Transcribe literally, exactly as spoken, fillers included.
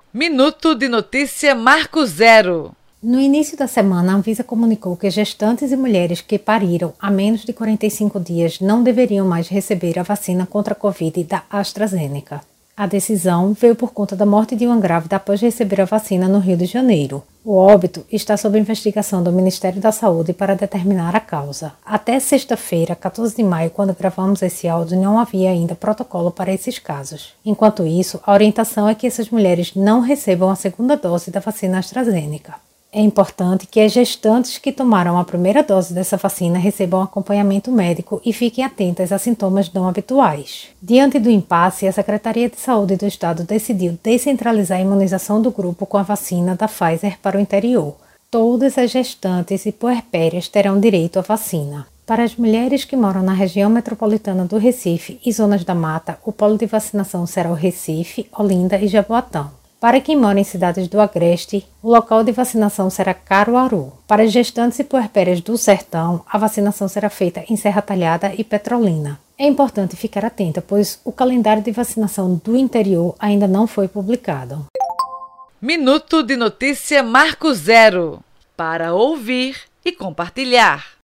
Minuto de notícia Marco Zero. No início da semana, a Anvisa comunicou que gestantes e mulheres que pariram há menos de quarenta e cinco dias não deveriam mais receber a vacina contra a Covid da AstraZeneca. A decisão veio por conta da morte de uma grávida após receber a vacina no Rio de Janeiro. O óbito está sob investigação do Ministério da Saúde para determinar a causa. Até sexta-feira, quatorze de maio, quando gravamos esse áudio, não havia ainda protocolo para esses casos. Enquanto isso, a orientação é que essas mulheres não recebam a segunda dose da vacina AstraZeneca. É importante que as gestantes que tomaram a primeira dose dessa vacina recebam acompanhamento médico e fiquem atentas a sintomas não habituais. Diante do impasse, a Secretaria de Saúde do Estado decidiu descentralizar a imunização do grupo com a vacina da Pfizer para o interior. Todas as gestantes e puerpérias terão direito à vacina. Para as mulheres que moram na região metropolitana do Recife e zonas da mata, o polo de vacinação será o Recife, Olinda e Jaboatão. Para quem mora em cidades do Agreste, o local de vacinação será Caruaru. Para as gestantes e puerpérias do Sertão, a vacinação será feita em Serra Talhada e Petrolina. É importante ficar atenta, pois o calendário de vacinação do interior ainda não foi publicado. Minuto de notícia Marco Zero. Para ouvir e compartilhar.